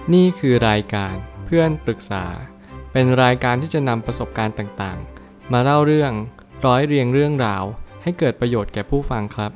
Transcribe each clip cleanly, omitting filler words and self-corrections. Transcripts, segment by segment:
นี่คือรายการเพื่อนปรึกษาเป็นรายการที่จะนำประสบการณ์ต่างๆมาเล่าเรื่องร้อยเรียงเรื่องราวให้เกิดประโยชน์แก่ผู้ฟังครับ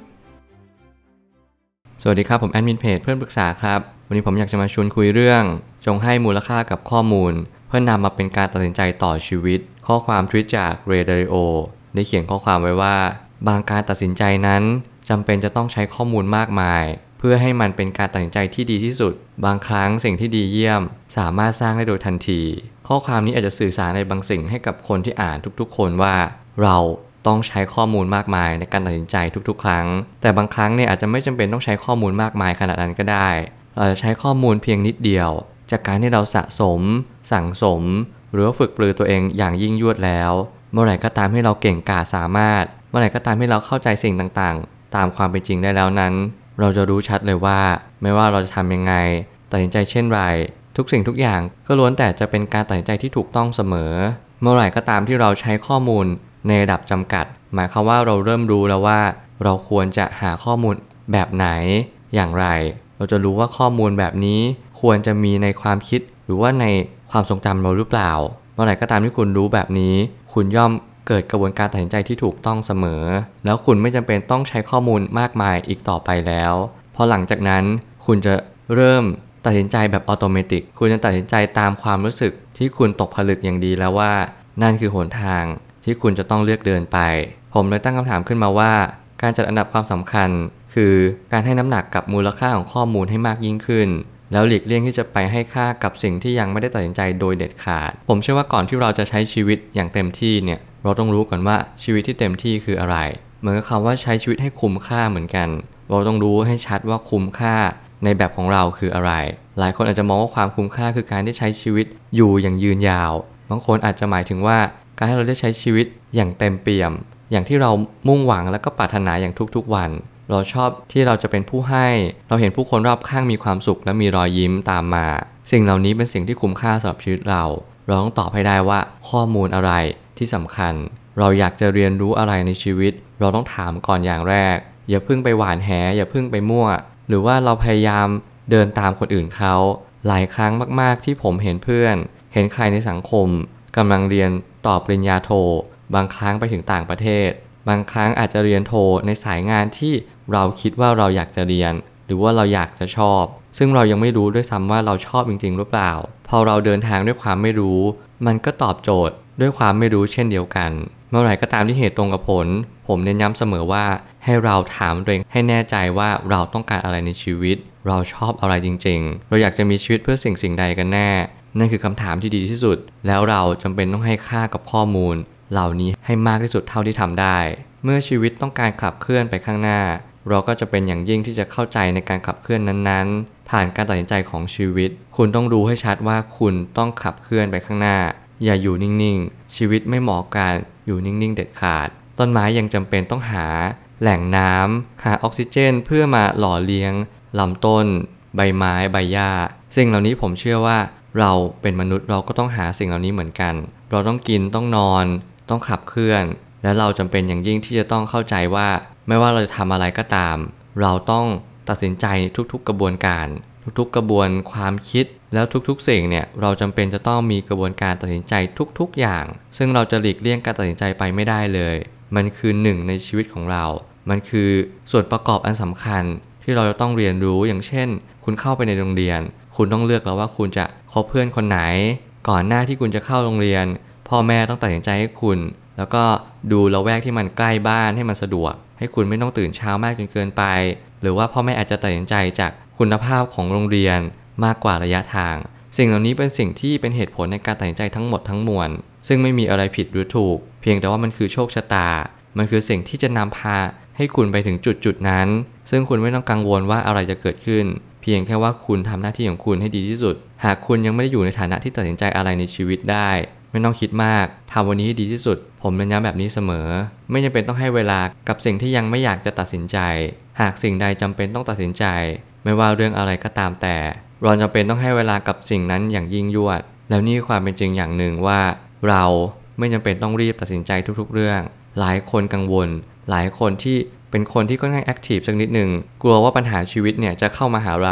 สวัสดีครับผมแอดมินเพจเพื่อนปรึกษาครับวันนี้ผมอยากจะมาชวนคุยเรื่องจงให้มูลค่ากับข้อมูลเพื่อนำมาเป็นการตัดสินใจต่อชีวิตข้อความทวิตจากเรดาริโอได้เขียนข้อความไว้ว่าบางการตัดสินใจนั้นจำเป็นจะต้องใช้ข้อมูลมากมายเพื่อให้มันเป็นการตัดสินใจที่ดีที่สุดบางครั้งสิ่งที่ดีเยี่ยมสามารถสร้างได้โดยทันทีข้อความนี้อาจจะสื่อสารในบางสิ่งให้กับคนที่อ่านทุกๆคนว่าเราต้องใช้ข้อมูลมากมายในการตัดสินใจทุกๆครั้งแต่บางครั้งเนี่ยอาจจะไม่จำเป็นต้องใช้ข้อมูลมากมายขนาดนั้นก็ได้เราจะใช้ข้อมูลเพียงนิดเดียวจากการที่เราสะสมสั่งสมหรือว่าฝึกปรือตัวเองอย่างยิ่งยวดแล้วเมื่อไหร่ก็ตามให้เราเก่งกาจสามารถเมื่อไหร่ก็ตามให้เราเข้าใจสิ่งต่างๆตามความเป็นจริงได้แล้วนั้นเราจะรู้ชัดเลยว่าไม่ว่าเราจะทำยังไงตัดสินใจเช่นไรทุกสิ่งทุกอย่างก็ล้วนแต่จะเป็นการตัดสินใจที่ถูกต้องเสมอเมื่อไหร่ก็ตามที่เราใช้ข้อมูลในระดับจำกัดหมายความว่าเราเริ่มรู้แล้วว่าเราควรจะหาข้อมูลแบบไหนอย่างไรเราจะรู้ว่าข้อมูลแบบนี้ควรจะมีในความคิดหรือว่าในความทรงจำเราหรือเปล่าเมื่อไหร่ก็ตามที่คุณรู้แบบนี้คุณย่อมเกิดกระบวนการตัดสินใจที่ถูกต้องเสมอแล้วคุณไม่จำเป็นต้องใช้ข้อมูลมากมายอีกต่อไปแล้วพอหลังจากนั้นคุณจะเริ่มตัดสินใจแบบอัตโนมัติคุณจะตัดสินใจตามความรู้สึกที่คุณตกผลึกอย่างดีแล้วว่านั่นคือหนทางที่คุณจะต้องเลือกเดินไปผมเลยตั้งคำถามขึ้นมาว่าการจัดอันดับความสำคัญคือการให้น้ำหนักกับมูลค่าของข้อมูลให้มากยิ่งขึ้นแล้วหลีกเลี่ยงที่จะไปให้ค่ากับสิ่งที่ยังไม่ได้ตัดสินใจโดยเด็ดขาดผมเชื่อว่าก่อนที่เราจะใช้ชีวิตอย่างเต็มที่เนี่ยเราต้องรู้ก่อนว่าชีวิตที่เต็มที่คืออะไรเหมือนกับคำว่าใช้ชีวิตให้คุ้มค่าเหมือนกันเราต้องรู้ให้ชัดว่าคุ้มค่าในแบบของเราคืออะไรหลายคนอาจจะมองว่าความคุ้มค่าคือการได้ใช้ชีวิตอยู่อย่างยืนยาวบางคนอาจจะหมายถึงว่าการให้เราได้ใช้ชีวิตอย่างเต็มเปี่ยมอย่างที่เรามุ่งหวังและก็ปรารถนาอย่างทุกๆวันเราชอบที่เราจะเป็นผู้ให้เราเห็นผู้คนรอบข้างมีความสุขและมีรอยยิ้มตามมาสิ่งเหล่านี้เป็นสิ่งที่คุ้มค่าสำหรับชีวิตเราต้องตอบให้ได้ว่าข้อมูลอะไรที่สำคัญเราอยากจะเรียนรู้อะไรในชีวิตเราต้องถามก่อนอย่างแรกอย่าเพิ่งไปหว่านแหอย่าเพิ่งไปมั่วหรือว่าเราพยายามเดินตามคนอื่นเขาหลายครั้งมากๆที่ผมเห็นเพื่อนเห็นใครในสังคมกำลังเรียนต่อปริญญาโทบางครั้งไปถึงต่างประเทศบางครั้งอาจจะเรียนโทในสายงานที่เราคิดว่าเราอยากจะเรียนหรือว่าเราอยากจะชอบซึ่งเรายังไม่รู้ด้วยซ้ำว่าเราชอบจริงๆหรือเปล่าพอเราเดินทางด้วยความไม่รู้มันก็ตอบโจทย์ด้วยความไม่รู้เช่นเดียวกันเมื่อไหร่ก็ตามที่เหตุตรงกับผลผมเน้นย้ำเสมอว่าให้เราถามตัวเองให้แน่ใจว่าเราต้องการอะไรในชีวิตเราชอบอะไรจริงๆเราอยากจะมีชีวิตเพื่อสิ่งใดกันแน่นั่นคือคำถามที่ดีที่สุดแล้วเราจำเป็นต้องให้ค่ากับข้อมูลเหล่านี้ให้มากที่สุดเท่าที่ทำได้เมื่อชีวิตต้องการขับเคลื่อนไปข้างหน้าเราก็จะเป็นอย่างยิ่งที่จะเข้าใจในการขับเคลื่อนนั้นๆผ่านการตัดสินใจของชีวิตคุณต้องรู้ให้ชัดว่าคุณต้องขับเคลื่อนไปข้างหน้าอย่าอยู่นิ่งๆชีวิตไม่เหมาะการอยู่นิ่งๆเด็ดขาดต้นไม้ยังจำเป็นต้องหาแหล่งน้ำหาออกซิเจนเพื่อมาหล่อเลี้ยงลำต้นใบไม้ใบหญ้าสิ่งเหล่านี้ผมเชื่อว่าเราเป็นมนุษย์เราก็ต้องหาสิ่งเหล่านี้เหมือนกันเราต้องกินต้องนอนต้องขับเคลื่อนและเราจำเป็นอย่างยิ่งที่จะต้องเข้าใจว่าไม่ว่าเราจะทำอะไรก็ตามเราต้องตัดสินใจทุกๆกระบวนการทุกๆกระบวนความคิดแล้วทุกๆสิ่งเนี่ยเราจำเป็นจะต้องมีกระบวนการตัดสินใจทุกๆอย่างซึ่งเราจะหลีกเลี่ยงการตัดสินใจไปไม่ได้เลยมันคือหนึ่งในชีวิตของเรามันคือส่วนประกอบอันสำคัญที่เราจะต้องเรียนรู้อย่างเช่นคุณเข้าไปในโรงเรียนคุณต้องเลือกแล้วว่าคุณจะคบเพื่อนคนไหนก่อนหน้าที่คุณจะเข้าโรงเรียนพ่อแม่ต้องตัดสินใจให้คุณแล้วก็ดูละแวกที่มันใกล้บ้านให้มันสะดวกให้คุณไม่ต้องตื่นเช้ามากจนเกินไปหรือว่าพ่อแม่อาจจะตัดสินใจจากคุณภาพของโรงเรียนมากกว่าระยะทางสิ่งเหล่านี้เป็นสิ่งที่เป็นเหตุผลในการตัดสินใจทั้งหมดทั้งมวลซึ่งไม่มีอะไรผิดหรือถูกเพียงแต่ว่ามันคือโชคชะตามันคือสิ่งที่จะนำพาให้คุณไปถึงจุดนั้นซึ่งคุณไม่ต้องกังวลว่าอะไรจะเกิดขึ้นเพียงแค่ว่าคุณทำหน้าที่ของคุณให้ดีที่สุดหากคุณยังไม่ได้อยู่ในฐานะที่ตัดสินใจอะไรในชีวิตได้ไม่ต้องคิดมากทำวันนี้ให้ดีที่สุดผมเน้นย้ำแบบนี้เสมอไม่จำเป็นต้องให้เวลากับสิ่งที่ยังไม่อยากจะตัดสินใจหากสิ่งใดจำเป็นต้องตัดสินใจไม่ว่าเรื่องอะไรก็ตามแต่เราจำเป็นต้องให้เวลากับสิ่งนั้นอย่างยิ่งยวดแล้วนี่ความเป็นจริงอย่างหนึ่งว่าเราไม่จำเป็นต้องรีบตัดสินใจทุกๆเรื่องหลายคนกังวลหลายคนที่เป็นคนที่ค่อนข้างแอคทีฟสักนิดหนึ่งกลัวว่าปัญหาชีวิตเนี่ยจะเข้ามาหาเรา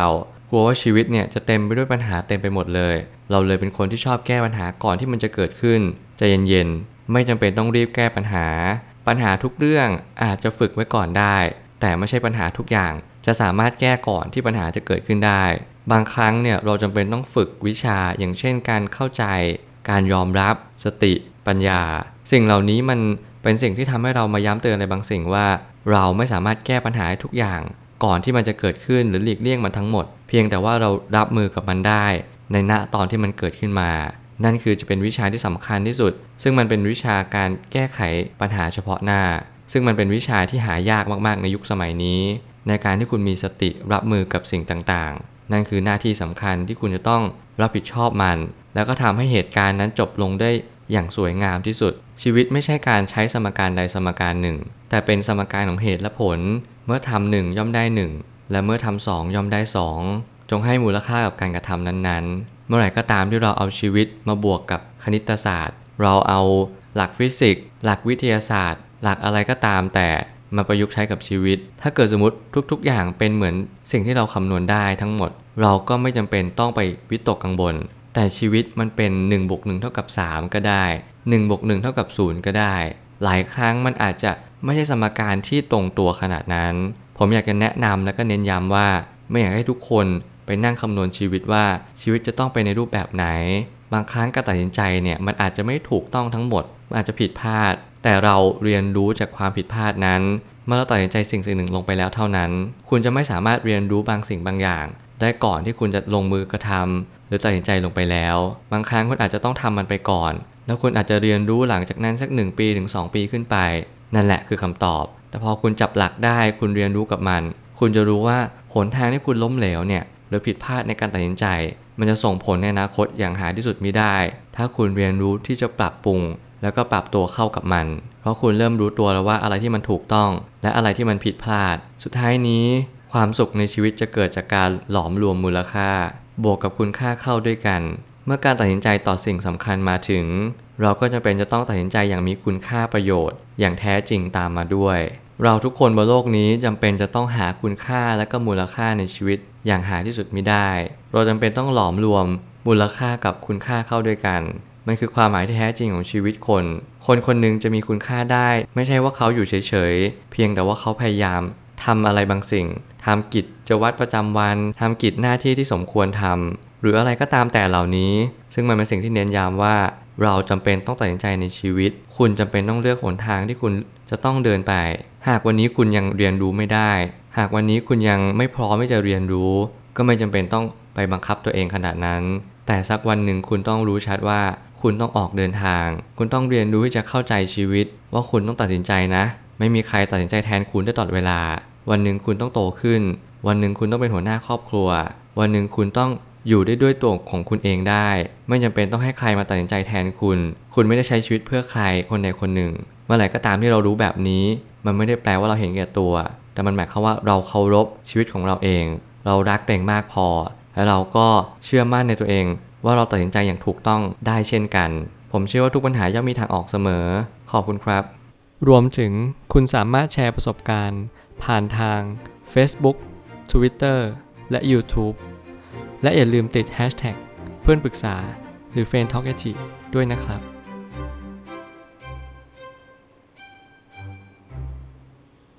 กลัวว่าชีวิตเนี่ยจะเต็มไปด้วยปัญหาเต็มไปหมดเลยเราเลยเป็นคนที่ชอบแก้ปัญหาก่อนที่มันจะเกิดขึ้นใจเย็นๆไม่จำเป็นต้องรีบแก้ปัญหาทุกเรื่องอาจจะฝึกไว้ก่อนได้แต่ไม่ใช่ปัญหาทุกอย่างจะสามารถแก้ก่อนที่ปัญหาจะเกิดขึ้นได้บางครั้งเนี่ยเราจำเป็นต้องฝึกวิชาอย่างเช่นการเข้าใจการยอมรับสติปัญญาสิ่งเหล่านี้มันเป็นสิ่งที่ทำให้เรามาย้ำเตือนในบางสิ่งว่าเราไม่สามารถแก้ปัญหาทุกอย่างก่อนที่มันจะเกิดขึ้นหรือหลีกเลี่ยงมันทั้งหมดเพียงแต่ว่าเรารับมือกับมันได้ในณตอนที่มันเกิดขึ้นมานั่นคือจะเป็นวิชาที่สำคัญที่สุดซึ่งมันเป็นวิชาการแก้ไขปัญหาเฉพาะหน้าซึ่งมันเป็นวิชาที่หายากมากๆในยุคสมัยนี้ในการที่คุณมีสติรับมือกับสิ่งต่างๆนั่นคือหน้าที่สำคัญที่คุณจะต้องรับผิดชอบมันแล้วก็ทำให้เหตุการณ์นั้นจบลงได้อย่างสวยงามที่สุดชีวิตไม่ใช่การใช้สมการใดสมการหนึ่งแต่เป็นสมการของเหตุและผลเมื่อทำหนึ่งย่อมได้หนึ่งและเมื่อทำสองย่อมได้สองจงให้มูลค่ากับการกระทำนั้นๆเมื่อไหร่ก็ตามที่เราเอาชีวิตมาบวกกับคณิตศาสตร์เราเอาหลักฟิสิกส์หลักวิทยาศาสตร์หลักอะไรก็ตามแต่มาประยุกต์ใช้กับชีวิตถ้าเกิดสมมติทุกๆอย่างเป็นเหมือนสิ่งที่เราคำนวณได้ทั้งหมดเราก็ไม่จำเป็นต้องไปวิตกกังวลแต่ชีวิตมันเป็น1 บวก 1 เท่ากับ 3ก็ได้1 บวก 1 เท่ากับ 0ก็ได้หลายครั้งมันอาจจะไม่ใช่สมการที่ตรงตัวขนาดนั้นผมอยากจะแนะนำและก็เน้นย้ำว่าไม่อยากให้ทุกคนไปนั่งคำนวณชีวิตว่าชีวิตจะต้องไปในรูปแบบไหนบางครั้งการตัดสินใจเนี่ยมันอาจจะไม่ถูกต้องทั้งหมดมันอาจจะผิดพลาดแต่เราเรียนรู้จากความผิดพลาดนั้นเมื่อเราตัดสินใจสิ่งหนึ่งลงไปแล้วเท่านั้นคุณจะไม่สามารถเรียนรู้บางสิ่งบางอย่างได้ก่อนที่คุณจะลงมือกระทำหรือตัดสินใจลงไปแล้วบางครั้งคุณอาจจะต้องทำมันไปก่อนแล้วคุณอาจจะเรียนรู้หลังจากนั้นสัก1 ปีถึง 2 ปีขึ้นไปนั่นแหละคือคำตอบแต่พอคุณจับหลักได้คุณเรียนรู้กับมันคุณจะรู้ว่าหนทางที่คุณล้มเหลวเนี่ยหรือผิดพลาดในการตัดสินใจมันจะส่งผลในอนาคตอย่างหาที่สุดมิได้ถ้าคุณเรียนรู้ที่จะปรับปรุงแล้วก็ปรับตัวเข้ากับมันเพราะคุณเริ่มรู้ตัวแล้วว่าอะไรที่มันถูกต้องและอะไรที่มันผิดพลาดสุดท้ายนี้ความสุขในชีวิตจะเกิดจากการหลอมรวมมูลค่าบวกกับคุณค่าเข้าด้วยกันเมื่อการตัดสินใจต่อสิ่งสำคัญมาถึงเราก็จำเป็นจะต้องตัดสินใจอย่างมีคุณค่าประโยชน์อย่างแท้จริงตามมาด้วยเราทุกคนบนโลกนี้จำเป็นจะต้องหาคุณค่าและก็มูลค่าในชีวิตอย่างหาที่สุดมิได้เราจำเป็นต้องหลอมรวมมูลค่ากับคุณค่าเข้าด้วยกันมันคือความหมายที่แท้จริงของชีวิตคนคนหนึ่งจะมีคุณค่าได้ไม่ใช่ว่าเขาอยู่เฉยๆเพียงแต่ว่าเขาพยายามทำอะไรบางสิ่งทำกิจวัตรประจำวันทำกิจหน้าที่ที่สมควรทำหรืออะไรก็ตามแต่เหล่านี้ซึ่งมันเป็นสิ่งที่เน้นย้ำว่าเราจำเป็นต้องตัดสินใจในชีวิตคุณจำเป็นต้องเลือกหนทางที่คุณจะต้องเดินไปหากวันนี้คุณยังเรียนรู้ไม่ได้หากวันนี้คุณยังไม่พร้อมที่จะเรียนรู้ก็ไม่จำเป็นต้องไปบังคับตัวเองขนาดนั้นแต่สักวันหนึ่งคุณต้องรู้ชัดว่าคุณต้องออกเดินทางคุณต้องเรียนรู้ที่จะเข้าใจชีวิตว่าคุณต้องตัดสินใจนะไม่มีใครตัดสินใจแทนคุณได้ตลอดเวลาวันหนึ่งคุณต้องโตขึ้นวันหนึ่งคุณต้องเป็นหัวหน้าครอบครัววันหนึ่งคุณต้องอยู่ได้ด้วยตัวของคุณเองได้ไม่จำเป็นต้องให้ใครมาตัดสินใจแทนคุณไม่ได้ใช้ชีวิตเพื่อใครคนใดคนหนึ่งเมื่อไหร่ก็ตามที่เรารู้แบบนี้มันไม่ได้แปลว่าเราเห็นแก่ตัวแต่มันหมายความว่าเราเคารพชีวิตของเราเองเรารักตัวเองมากพอและเราก็เชื่อมั่นในตัวเองว่าเราตัดสินใจอย่างถูกต้องได้เช่นกันผมเชื่อว่าทุกปัญหาย่อมมีทางออกเสมอขอบคุณครับรวมถึงคุณสามารถแชร์ประสบการณ์ผ่านทาง Facebook Twitter และ YouTube และอย่าลืมติด Hashtag เพื่อนปรึกษาหรือ Friend Talk ด้วยนะครับ